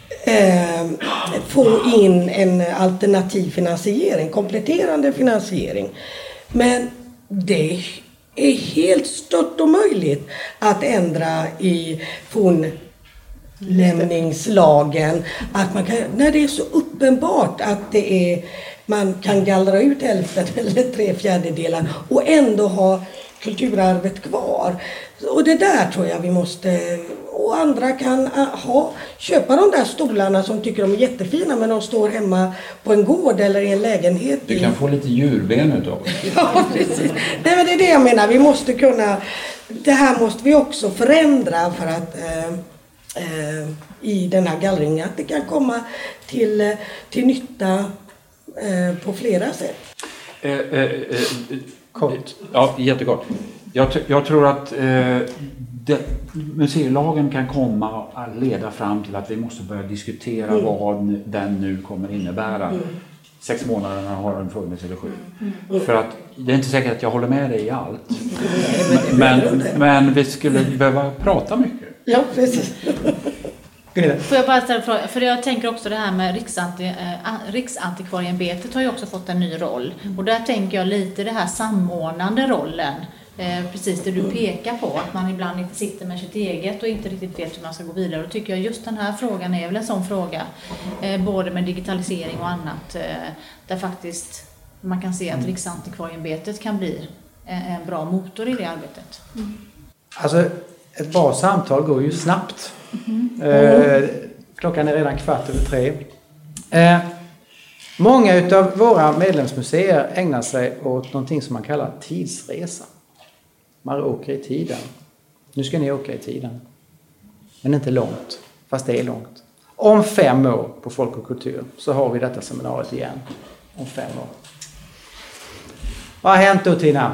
få in en alternativ finansiering, kompletterande finansiering. Men det är helt stört omöjligt att ändra i fornlämningslagen. Att man kan, när det är så uppenbart att man kan gallra ut hälften eller 3/4 och ändå ha kulturarvet kvar. Och det där tror jag vi måste, och andra kan köpa de där stolarna som tycker de är jättefina men de står hemma på en gård eller i en lägenhet. Du kan få lite djurben utav det. Ja, precis. Nej, men det är det jag menar. Vi måste kunna, det här måste vi också förändra för att i den här gallringen att det kan komma till nytta på flera sätt. Kort. Ja, jättekort. Jag tror att museilagen kan komma att leda fram till att vi måste börja diskutera vad den nu kommer innebära. 6 månader har den funnits eller 7. För att det är inte säkert att jag håller med dig i allt. Men vi skulle behöva prata mycket. Ja, precis. Får jag bara ställa en fråga? För jag tänker också det här med Riksantikvarieämbetet har ju också fått en ny roll. Och där tänker jag lite det här samordnande rollen. Precis det du pekar på. Att man ibland inte sitter med sitt eget och inte riktigt vet hur man ska gå vidare. Och tycker jag just den här frågan är väl en sån fråga. Både med digitalisering och annat. Där faktiskt man kan se att Riksantikvarieämbetet kan bli en bra motor i det arbetet. Alltså ett bra samtal går ju snabbt. Klockan är redan 2:15. Många utav våra medlemsmuseer ägnar sig åt någonting som man kallar tidsresa. Man åker i tiden. Nu ska ni åka i tiden. Men inte långt, fast det är långt. Om 5 år på Folk och kultur så har vi detta seminariet igen. Om 5 år. Vad har hänt då, Tina?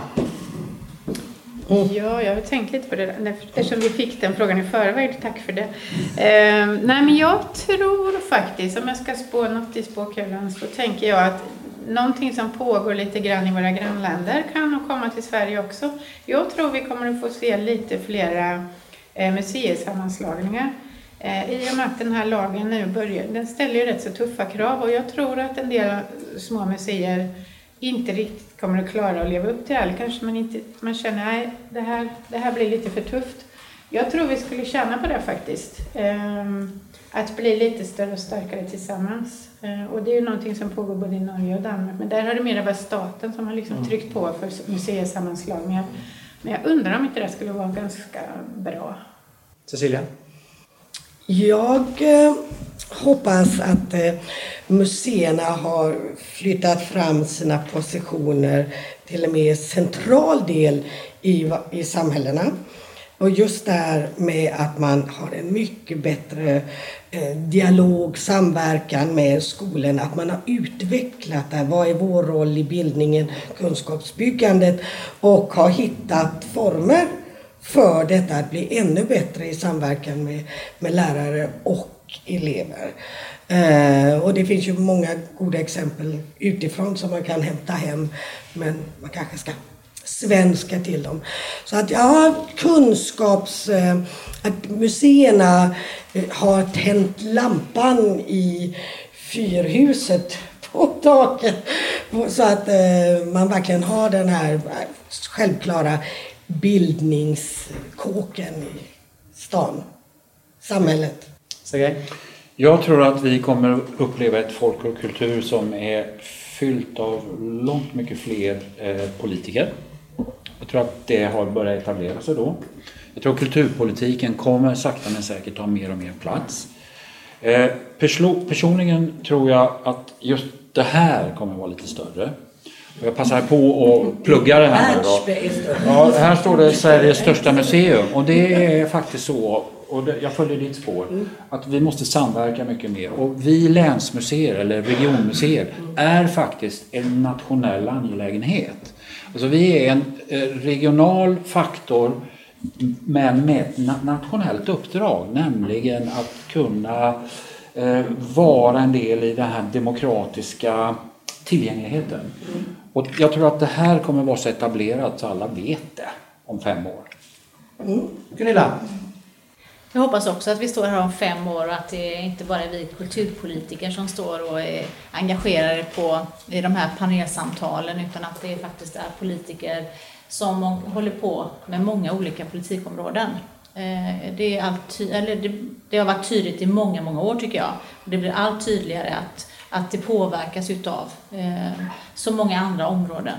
Ja, jag har tänkt lite på det där, eftersom vi fick den frågan i förväg. Tack för det. Nej, men jag tror faktiskt, om jag ska spå något i spåkulan, så tänker jag att någonting som pågår lite grann i våra grannländer kan nog komma till Sverige också. Jag tror vi kommer att få se lite flera museisammanslagningar. I och med att den här lagen nu den ställer ju rätt så tuffa krav, och jag tror att en del små museer inte riktigt kommer att klara att leva upp till det här. Kanske man känner, nej, det här blir lite för tufft. Jag tror vi skulle tjäna på det faktiskt. Att bli lite större och starkare tillsammans. Och det är ju någonting som pågår både i Norge och Danmark. Men där har det mer varit staten som har liksom tryckt på för museisammanslagningar. Men jag undrar om inte det skulle vara ganska bra. Cecilia? Jag hoppas att museerna har flyttat fram sina positioner till en mer central del i samhällena. Och just där med att man har en mycket bättre dialog, samverkan med skolorna. Att man har utvecklat det. Vad är vår roll i bildningen, kunskapsbyggandet, och har hittat former för detta att bli ännu bättre i samverkan med lärare och elever. Och det finns ju många goda exempel utifrån som man kan hämta hem, men man kanske ska svenska till dem. Så att att museerna har tänt lampan i fyrhuset på taket. Så att man verkligen har den här självklara bildningskåken i stan, samhället. Sergej? Jag tror att vi kommer uppleva ett folk och kultur som är fyllt av långt mycket fler politiker. Jag tror att det har börjat etablera sig då. Jag tror att kulturpolitiken kommer sakta men säkert ta mer och mer plats. Personligen tror jag att just det här kommer vara lite större. Jag passar på att plugga det här nu då. Ja, här står det Sveriges största museum och det är faktiskt så, och jag följer ditt spår, att vi måste samverka mycket mer. Och vi länsmuseer eller regionmuseer är faktiskt en nationell angelägenhet. Alltså vi är en regional faktor men med ett nationellt uppdrag, nämligen att kunna vara en del i den här demokratiska tillgängligheten. Och jag tror att det här kommer vara så etablerat så alla vet det om 5 år. Gunilla? Jag hoppas också att vi står här om 5 år och att det inte bara är vi kulturpolitiker som står och är engagerade i de här panelsamtalen, utan att det faktiskt är politiker som håller på med många olika politikområden. Det har varit tydligt i många år tycker jag. Det blir allt tydligare att det påverkas utav så många andra områden.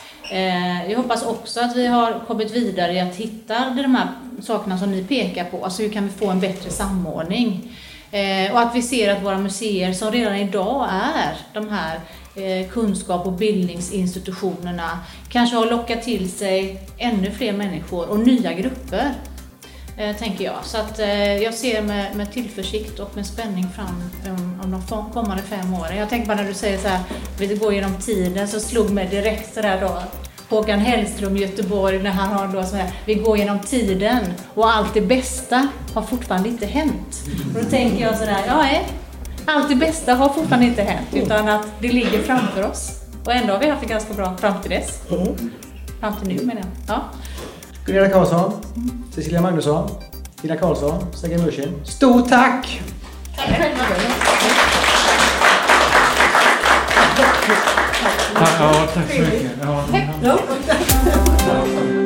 Jag hoppas också att vi har kommit vidare i att hitta de här sakerna som ni pekar på. Alltså hur kan vi få en bättre samordning? Och att vi ser att våra museer som redan idag är de här kunskap- och bildningsinstitutionerna kanske har lockat till sig ännu fler människor och nya grupper, tänker jag. Så att jag ser med tillförsikt och med spänning fram om de kommande 5 åren. Jag tänker bara när du säger så här, vi går genom tiden, så slog mig direkt så där då Håkan Hellström i Göteborg när han har då så här, vi går genom tiden och allt det bästa har fortfarande inte hänt. Och då tänker jag så där, allt det bästa har fortfarande inte hänt, utan att det ligger framför oss. Och ändå har vi haft det ganska bra fram till dess. Fram till nu menar jag. Ja. Gunilla Karlsson, Cecilia Magnusson, Tina Karlsson, Sergej Mushin. Stort tack! Tack själva. Ja, tack så mycket. Ja.